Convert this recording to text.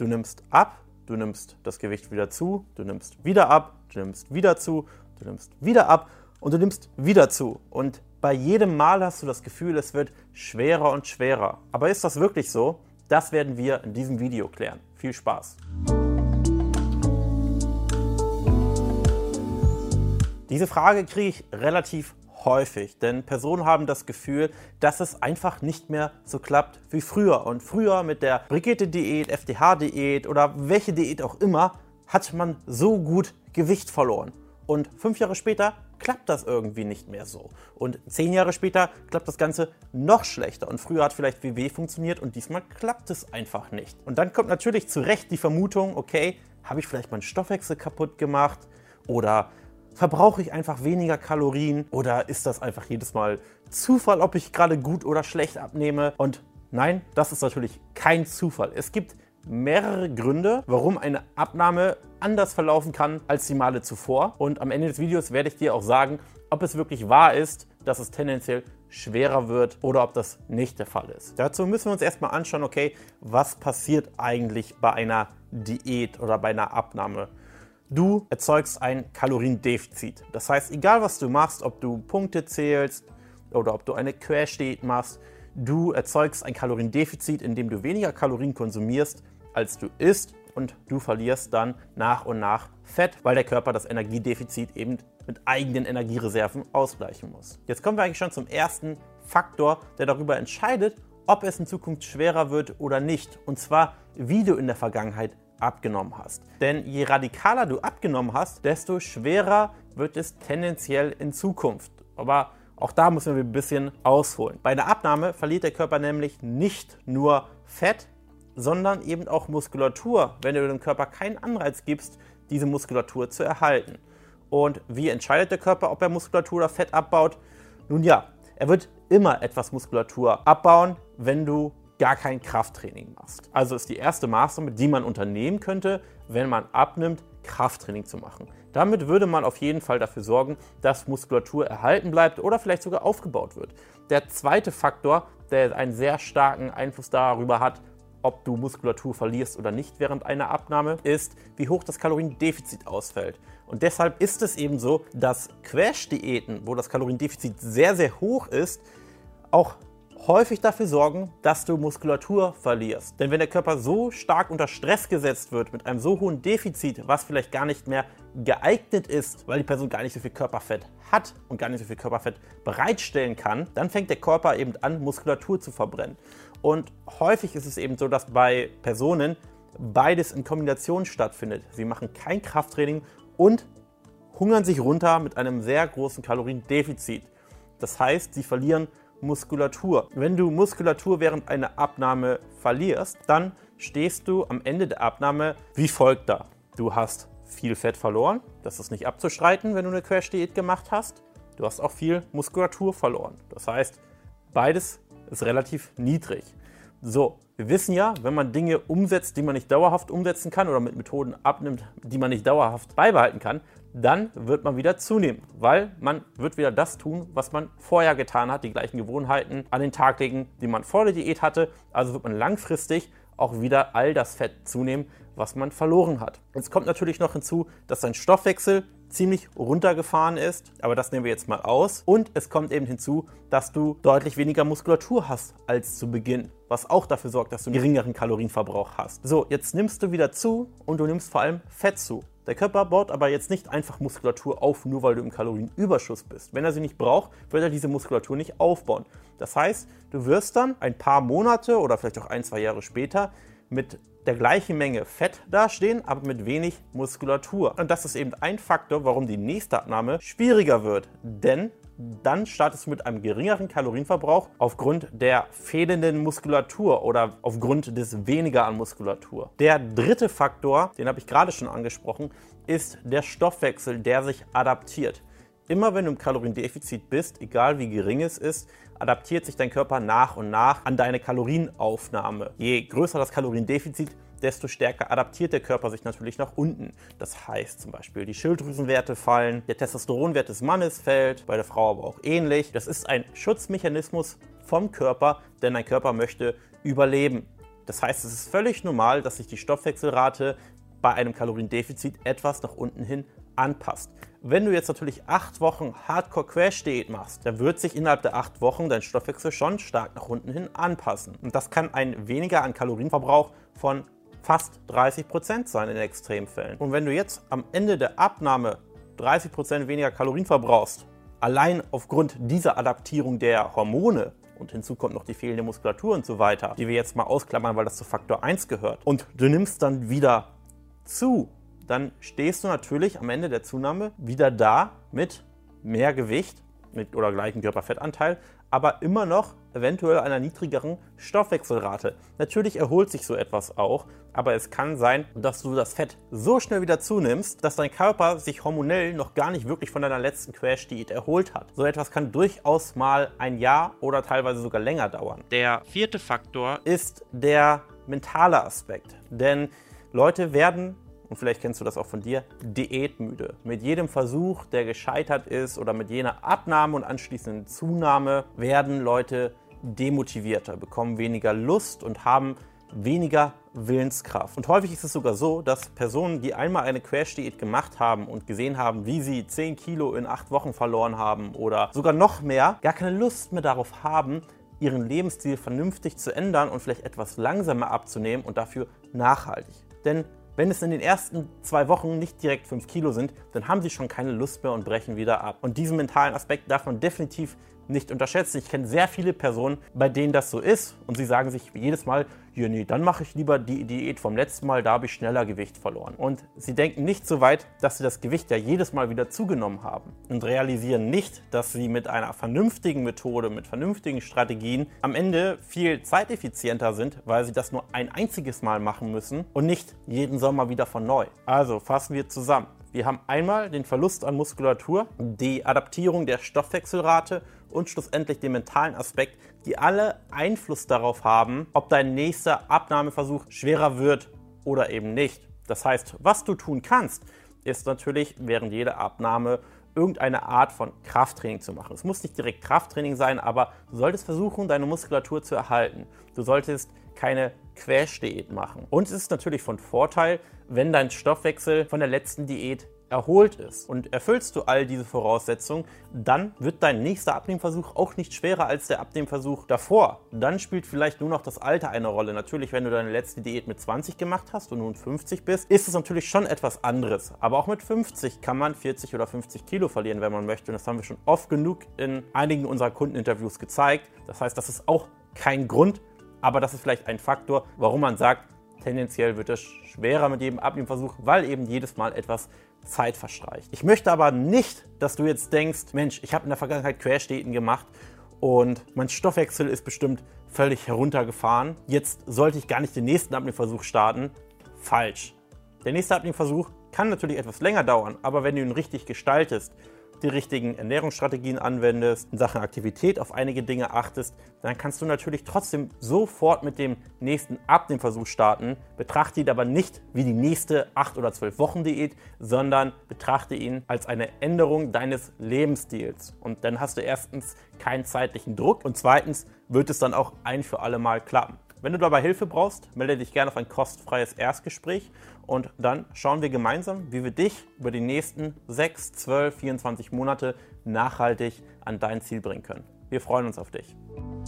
Du nimmst ab, du nimmst das Gewicht wieder zu, du nimmst wieder ab, du nimmst wieder zu, du nimmst wieder ab und du nimmst wieder zu. Und bei jedem Mal hast du das Gefühl, es wird schwerer und schwerer. Aber ist das wirklich so? Das werden wir in diesem Video klären. Viel Spaß! Diese Frage kriege ich relativ häufig, denn Personen haben das Gefühl, dass es einfach nicht mehr so klappt wie früher. Und früher mit der Brigitte-Diät, FDH-Diät oder welche Diät auch immer, hat man so gut Gewicht verloren. Und 5 Jahre später klappt das irgendwie nicht mehr so. Und 10 Jahre später klappt das Ganze noch schlechter. Und früher hat vielleicht WW funktioniert und diesmal klappt es einfach nicht. Und dann kommt natürlich zu Recht die Vermutung, okay, habe ich vielleicht meinen Stoffwechsel kaputt gemacht oder verbrauche ich einfach weniger Kalorien oder ist das einfach jedes Mal Zufall, ob ich gerade gut oder schlecht abnehme? Und nein, das ist natürlich kein Zufall. Es gibt mehrere Gründe, warum eine Abnahme anders verlaufen kann als die Male zuvor. Und am Ende des Videos werde ich dir auch sagen, ob es wirklich wahr ist, dass es tendenziell schwerer wird oder ob das nicht der Fall ist. Dazu müssen wir uns erstmal anschauen, okay, was passiert eigentlich bei einer Diät oder bei einer Abnahme? Du erzeugst ein Kaloriendefizit. Das heißt, egal was du machst, ob du Punkte zählst oder ob du eine Crash-Diät machst, du erzeugst ein Kaloriendefizit, indem du weniger Kalorien konsumierst, als du isst, und du verlierst dann nach und nach Fett, weil der Körper das Energiedefizit eben mit eigenen Energiereserven ausgleichen muss. Jetzt kommen wir eigentlich schon zum ersten Faktor, der darüber entscheidet, ob es in Zukunft schwerer wird oder nicht. Und zwar, wie du in der Vergangenheit abgenommen hast. Denn je radikaler du abgenommen hast, desto schwerer wird es tendenziell in Zukunft. Aber auch da müssen wir ein bisschen ausholen. Bei der Abnahme verliert der Körper nämlich nicht nur Fett, sondern eben auch Muskulatur, wenn du dem Körper keinen Anreiz gibst, diese Muskulatur zu erhalten. Und wie entscheidet der Körper, ob er Muskulatur oder Fett abbaut? Nun ja, er wird immer etwas Muskulatur abbauen, wenn du gar kein Krafttraining machst. Also ist die erste Maßnahme, die man unternehmen könnte, wenn man abnimmt, Krafttraining zu machen. Damit würde man auf jeden Fall dafür sorgen, dass Muskulatur erhalten bleibt oder vielleicht sogar aufgebaut wird. Der zweite Faktor, der einen sehr starken Einfluss darüber hat, ob du Muskulatur verlierst oder nicht während einer Abnahme, ist, wie hoch das Kaloriendefizit ausfällt. Und deshalb ist es eben so, dass Crash-Diäten, wo das Kaloriendefizit sehr, sehr hoch ist, auch häufig dafür sorgen, dass du Muskulatur verlierst. Denn wenn der Körper so stark unter Stress gesetzt wird, mit einem so hohen Defizit, was vielleicht gar nicht mehr geeignet ist, weil die Person gar nicht so viel Körperfett hat und gar nicht so viel Körperfett bereitstellen kann, dann fängt der Körper eben an, Muskulatur zu verbrennen. Und häufig ist es eben so, dass bei Personen beides in Kombination stattfindet. Sie machen kein Krafttraining und hungern sich runter mit einem sehr großen Kaloriendefizit. Das heißt, sie verlieren Muskulatur. Wenn du Muskulatur während einer Abnahme verlierst, dann stehst du am Ende der Abnahme wie folgt da. Du hast viel Fett verloren, das ist nicht abzustreiten, wenn du eine Crash-Diät gemacht hast. Du hast auch viel Muskulatur verloren. Das heißt, beides ist relativ niedrig. So, wir wissen ja, wenn man Dinge umsetzt, die man nicht dauerhaft umsetzen kann oder mit Methoden abnimmt, die man nicht dauerhaft beibehalten kann, dann wird man wieder zunehmen, weil man wird wieder das tun, was man vorher getan hat, die gleichen Gewohnheiten an den Tag legen, die man vor der Diät hatte. Also wird man langfristig auch wieder all das Fett zunehmen, was man verloren hat. Jetzt kommt natürlich noch hinzu, dass dein Stoffwechsel ziemlich runtergefahren ist, aber das nehmen wir jetzt mal aus. Und es kommt eben hinzu, dass du deutlich weniger Muskulatur hast als zu Beginn, was auch dafür sorgt, dass du einen geringeren Kalorienverbrauch hast. So, jetzt nimmst du wieder zu und du nimmst vor allem Fett zu. Der Körper baut aber jetzt nicht einfach Muskulatur auf, nur weil du im Kalorienüberschuss bist. Wenn er sie nicht braucht, wird er diese Muskulatur nicht aufbauen. Das heißt, du wirst dann ein paar Monate oder vielleicht auch 1, 2 Jahre später mit der gleichen Menge Fett dastehen, aber mit wenig Muskulatur. Und das ist eben ein Faktor, warum die nächste Abnahme schwieriger wird. Denn dann startest du mit einem geringeren Kalorienverbrauch aufgrund der fehlenden Muskulatur oder aufgrund des weniger an Muskulatur. Der dritte Faktor, den habe ich gerade schon angesprochen, ist der Stoffwechsel, der sich adaptiert. Immer wenn du im Kaloriendefizit bist, egal wie gering es ist, adaptiert sich dein Körper nach und nach an deine Kalorienaufnahme. Je größer das Kaloriendefizit, desto stärker adaptiert der Körper sich natürlich nach unten. Das heißt zum Beispiel, die Schilddrüsenwerte fallen, der Testosteronwert des Mannes fällt, bei der Frau aber auch ähnlich. Das ist ein Schutzmechanismus vom Körper, denn dein Körper möchte überleben. Das heißt, es ist völlig normal, dass sich die Stoffwechselrate bei einem Kaloriendefizit etwas nach unten hin anpasst. Wenn du jetzt natürlich 8 Wochen Hardcore-Crash-Diät machst, dann wird sich innerhalb der 8 Wochen dein Stoffwechsel schon stark nach unten hin anpassen. Und das kann ein weniger an Kalorienverbrauch von fast 30% sein in Extremfällen. Und wenn du jetzt am Ende der Abnahme 30% weniger Kalorien verbrauchst, allein aufgrund dieser Adaptierung der Hormone, und hinzu kommt noch die fehlende Muskulatur und so weiter, die wir jetzt mal ausklammern, weil das zu Faktor 1 gehört, und du nimmst dann wieder zu, dann stehst du natürlich am Ende der Zunahme wieder da mit mehr Gewicht oder gleichem Körperfettanteil, aber immer noch eventuell einer niedrigeren Stoffwechselrate. Natürlich erholt sich so etwas auch, aber es kann sein, dass du das Fett so schnell wieder zunimmst, dass dein Körper sich hormonell noch gar nicht wirklich von deiner letzten Crash-Diät erholt hat. So etwas kann durchaus mal ein Jahr oder teilweise sogar länger dauern. Der 4. Faktor ist der mentale Aspekt, denn Leute werden, und vielleicht kennst du das auch von dir, diätmüde. Mit jedem Versuch, der gescheitert ist, oder mit jener Abnahme und anschließenden Zunahme werden Leute demotivierter, bekommen weniger Lust und haben weniger Willenskraft. Und häufig ist es sogar so, dass Personen, die einmal eine Crash-Diät gemacht haben und gesehen haben, wie sie 10 Kilo in 8 Wochen verloren haben oder sogar noch mehr, gar keine Lust mehr darauf haben, ihren Lebensstil vernünftig zu ändern und vielleicht etwas langsamer abzunehmen und dafür nachhaltig. Denn wenn es in den ersten 2 Wochen nicht direkt 5 Kilo sind, dann haben sie schon keine Lust mehr und brechen wieder ab. Und diesen mentalen Aspekt darf man definitiv nicht unterschätzen. Ich kenne sehr viele Personen, bei denen das so ist und sie sagen sich jedes Mal, ja nee, dann mache ich lieber die Diät vom letzten Mal, da habe ich schneller Gewicht verloren. Und sie denken nicht so weit, dass sie das Gewicht ja jedes Mal wieder zugenommen haben und realisieren nicht, dass sie mit einer vernünftigen Methode, mit vernünftigen Strategien am Ende viel zeiteffizienter sind, weil sie das nur ein einziges Mal machen müssen und nicht jeden Sommer wieder von neu. Also fassen wir zusammen. Wir haben einmal den Verlust an Muskulatur, die Adaptierung der Stoffwechselrate und schlussendlich den mentalen Aspekt, die alle Einfluss darauf haben, ob dein nächster Abnahmeversuch schwerer wird oder eben nicht. Das heißt, was du tun kannst, ist natürlich während jeder Abnahme irgendeine Art von Krafttraining zu machen. Es muss nicht direkt Krafttraining sein, aber du solltest versuchen, deine Muskulatur zu erhalten. Du solltest keine Crash-Diät machen. Und es ist natürlich von Vorteil, wenn dein Stoffwechsel von der letzten Diät erholt ist. Und erfüllst du all diese Voraussetzungen, dann wird dein nächster Abnehmversuch auch nicht schwerer als der Abnehmversuch davor. Dann spielt vielleicht nur noch das Alter eine Rolle. Natürlich, wenn du deine letzte Diät mit 20 gemacht hast und nun 50 bist, ist es natürlich schon etwas anderes. Aber auch mit 50 kann man 40 oder 50 Kilo verlieren, wenn man möchte. Und das haben wir schon oft genug in einigen unserer Kundeninterviews gezeigt. Das heißt, das ist auch kein Grund, aber das ist vielleicht ein Faktor, warum man sagt, tendenziell wird es schwerer mit jedem Abnehmversuch, weil eben jedes Mal etwas Zeit verstreicht. Ich möchte aber nicht, dass du jetzt denkst, Mensch, ich habe in der Vergangenheit Crash-Diäten gemacht und mein Stoffwechsel ist bestimmt völlig heruntergefahren. Jetzt sollte ich gar nicht den nächsten Abnehmversuch starten. Falsch. Der nächste Abnehmversuch kann natürlich etwas länger dauern, aber wenn du ihn richtig gestaltest, die richtigen Ernährungsstrategien anwendest, in Sachen Aktivität auf einige Dinge achtest, dann kannst du natürlich trotzdem sofort mit dem nächsten Abnehmversuch starten. Betrachte ihn aber nicht wie die nächste 8 oder 12 Wochen Diät, sondern betrachte ihn als eine Änderung deines Lebensstils. Und dann hast du erstens keinen zeitlichen Druck und zweitens wird es dann auch ein für alle Mal klappen. Wenn du dabei Hilfe brauchst, melde dich gerne auf ein kostenfreies Erstgespräch und dann schauen wir gemeinsam, wie wir dich über die nächsten 6, 12, 24 Monate nachhaltig an dein Ziel bringen können. Wir freuen uns auf dich.